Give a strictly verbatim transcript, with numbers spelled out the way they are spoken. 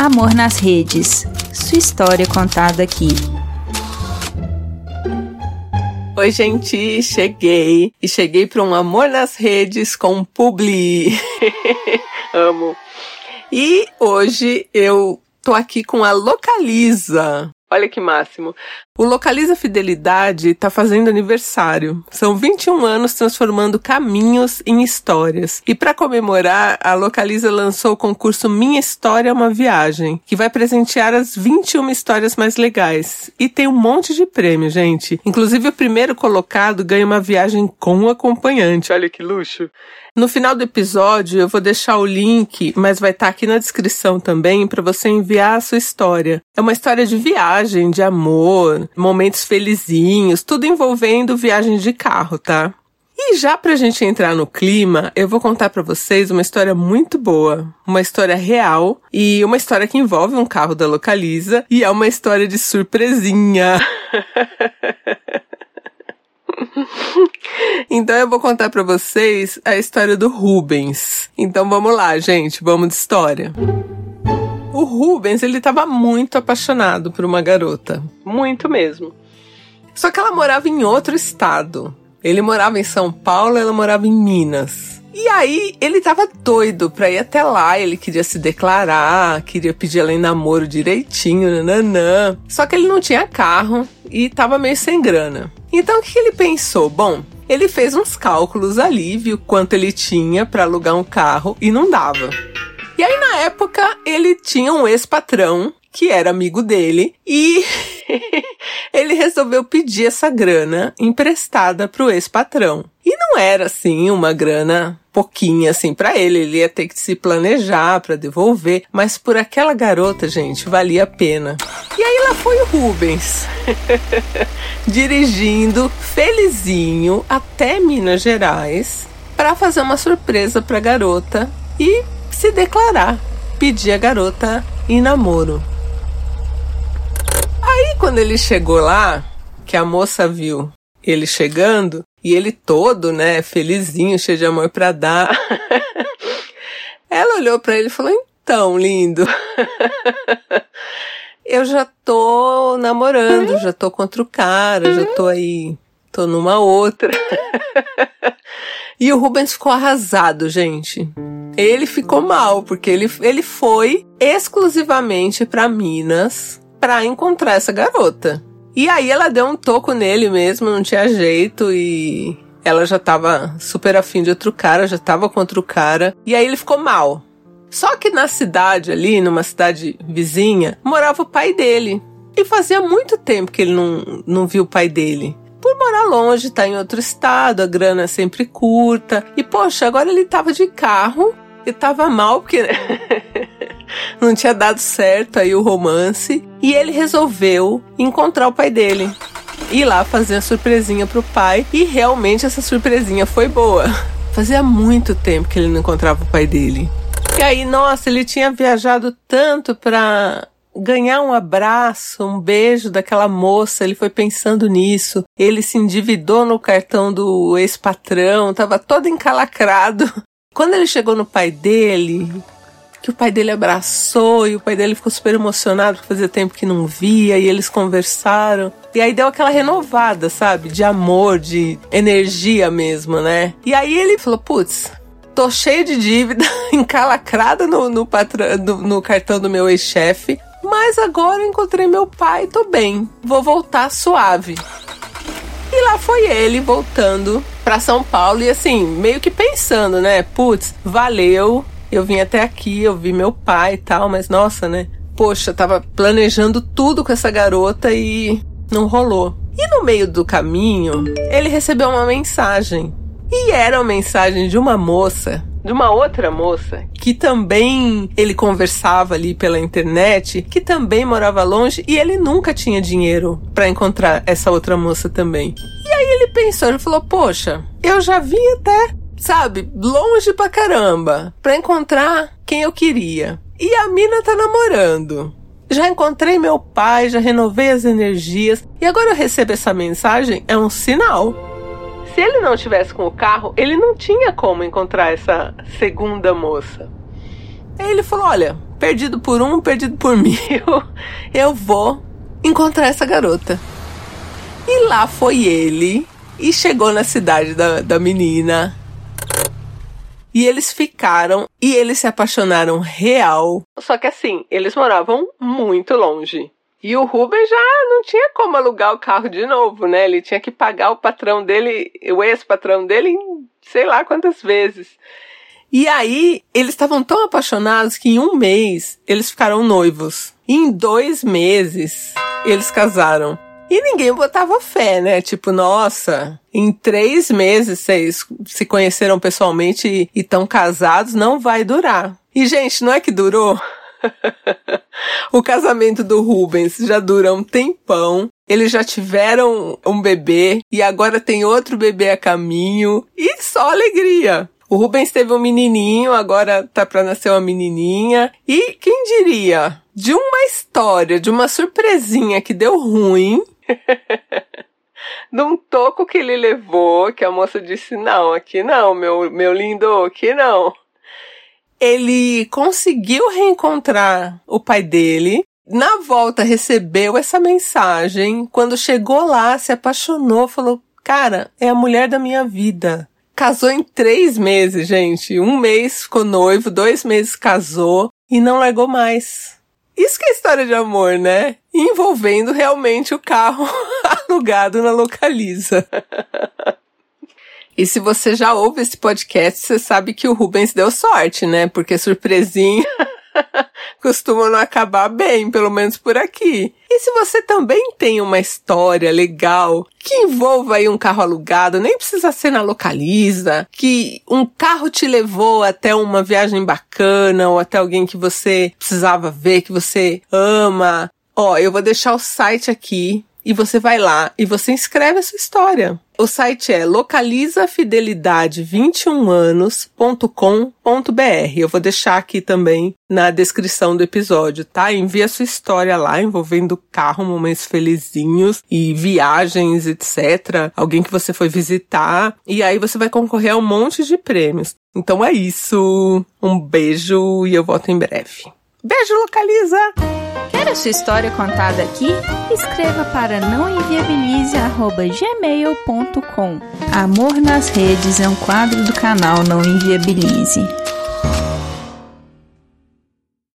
Amor nas Redes. Sua história contada aqui. Oi, gente, cheguei. E cheguei para um Amor nas Redes com publi. Amo. E hoje eu tô aqui com a Localiza. Olha que máximo. O Localiza Fidelidade tá fazendo aniversário. São vinte e um anos transformando caminhos em histórias. E para comemorar, a Localiza lançou o concurso Minha História é uma Viagem, que vai presentear as vinte e uma histórias mais legais. E tem um monte de prêmio, gente. Inclusive o primeiro colocado ganha uma viagem com um acompanhante. Olha que luxo. No final do episódio eu vou deixar o link, mas vai estar aqui na descrição também para você enviar a sua história. É uma história de viagem, de amor, momentos felizinhos, tudo envolvendo viagens de carro, tá? E já pra gente entrar no clima, eu vou contar pra vocês uma história muito boa, uma história real e uma história que envolve um carro da Localiza e é uma história de surpresinha. Então eu vou contar pra vocês a história do Rubens. Então vamos lá, gente, vamos de história. O Rubens, ele tava muito apaixonado por uma garota, muito mesmo. Só que ela morava em outro estado. Ele morava em São Paulo, ela morava em Minas. E aí, ele tava doido pra ir até lá, ele queria se declarar, queria pedir ela em namoro direitinho, nananã. Só que ele não tinha carro e tava meio sem grana. Então, o que ele pensou? Bom, ele fez uns cálculos ali, viu quanto ele tinha pra alugar um carro e não dava. E aí, na época, ele tinha um ex-patrão que era amigo dele e ele resolveu pedir essa grana emprestada pro ex-patrão. E não era, assim, uma grana pouquinha, assim, pra ele. Ele ia ter que se planejar pra devolver. Mas por aquela garota, gente, valia a pena. E aí lá foi o Rubens, dirigindo, felizinho, até Minas Gerais, pra fazer uma surpresa pra garota e se declarar, pedir a garota em namoro. Aí quando ele chegou lá, que a moça viu ele chegando, e ele todo, né, felizinho, cheio de amor pra dar, ela olhou pra ele e falou: então, lindo, eu já tô namorando, já tô contra o cara, já tô aí, tô numa outra. E o Rubens ficou arrasado, gente. Ele ficou mal, porque ele, ele foi exclusivamente pra Minas pra encontrar essa garota. E aí ela deu um toco nele mesmo, não tinha jeito, e ela já tava super afim de outro cara, já tava contra o cara, e aí ele ficou mal. Só que na cidade ali, numa cidade vizinha, morava o pai dele. E fazia muito tempo que ele não, não viu o pai dele. Por morar longe, tá em outro estado, a grana é sempre curta. E, poxa, agora ele tava de carro e tava mal, porque não tinha dado certo aí o romance. E ele resolveu encontrar o pai dele. Ir lá fazer a surpresinha pro pai. E realmente essa surpresinha foi boa. Fazia muito tempo que ele não encontrava o pai dele. E aí, nossa, ele tinha viajado tanto pra ganhar um abraço, um beijo daquela moça, ele foi pensando nisso, ele se endividou no cartão do ex-patrão, tava todo encalacrado. Quando ele chegou no pai dele, que o pai dele abraçou e o pai dele ficou super emocionado porque fazia tempo que não via e eles conversaram. E aí deu aquela renovada, sabe? De amor, de energia mesmo, né? E aí ele falou, putz, tô cheio de dívida, encalacrada no, no, patrão, no, no cartão do meu ex-chefe, mas agora eu encontrei meu pai, tô bem, vou voltar suave. E lá foi ele voltando pra São Paulo e assim, meio que pensando, né? Putz, valeu, eu vim até aqui, eu vi meu pai e tal, mas nossa, né? Poxa, tava planejando tudo com essa garota e não rolou. E no meio do caminho, ele recebeu uma mensagem. E era uma mensagem de uma moça, de uma outra moça, que também ele conversava ali pela internet, que também morava longe e ele nunca tinha dinheiro pra encontrar essa outra moça também. E aí ele pensou, ele falou, poxa, eu já vim até, sabe, longe pra caramba, pra encontrar quem eu queria. E a mina tá namorando. Já encontrei meu pai, já renovei as energias e agora eu recebo essa mensagem, é um sinal. Se ele não tivesse com o carro, ele não tinha como encontrar essa segunda moça. Aí ele falou, olha, perdido por um, perdido por mil, eu vou encontrar essa garota. E lá foi ele, e chegou na cidade da, da menina. E eles ficaram, e eles se apaixonaram real. Só que assim, eles moravam muito longe. E o Rubens já não tinha como alugar o carro de novo, né? Ele tinha que pagar o patrão dele, o ex-patrão dele, em sei lá quantas vezes. E aí, eles estavam tão apaixonados que em um mês, eles ficaram noivos. E em dois meses, eles casaram. E ninguém botava fé, né? Tipo, nossa, em três meses vocês se conheceram pessoalmente e estão casados, não vai durar. E, gente, não é que durou? O casamento do Rubens já dura um tempão. Eles já tiveram um bebê e agora tem outro bebê a caminho. E só alegria. O Rubens teve um menininho, agora tá pra nascer uma menininha. E quem diria? De uma história, de uma surpresinha que deu ruim, de um toco que ele levou, que a moça disse, não, aqui não, meu, meu lindo, aqui não. Ele conseguiu reencontrar o pai dele. Na volta recebeu essa mensagem. Quando chegou lá, se apaixonou, falou, cara, é a mulher da minha vida. Casou em três meses, gente. Um mês ficou noivo, dois meses casou e não largou mais. Isso que é história de amor, né? Envolvendo realmente o carro alugado na Localiza. E se você já ouve esse podcast, você sabe que o Rubens deu sorte, né? Porque surpresinha costuma não acabar bem, pelo menos por aqui. E se você também tem uma história legal que envolva aí um carro alugado, nem precisa ser na Localiza, que um carro te levou até uma viagem bacana ou até alguém que você precisava ver, que você ama, ó, eu vou deixar o site aqui. E você vai lá e você escreve a sua história. O site é localiza fidelidade vinte e um anos ponto com ponto b r. Eu vou deixar aqui também na descrição do episódio, tá? Envia a sua história lá, envolvendo carro, momentos felizinhos e viagens, etcétera. Alguém que você foi visitar. E aí você vai concorrer a um monte de prêmios. Então é isso. Um beijo e eu volto em breve. Beijo, Localiza! Quer a sua história contada aqui? Escreva para não inviabilize arroba gmail ponto com. Amor nas Redes é um quadro do canal Não Inviabilize.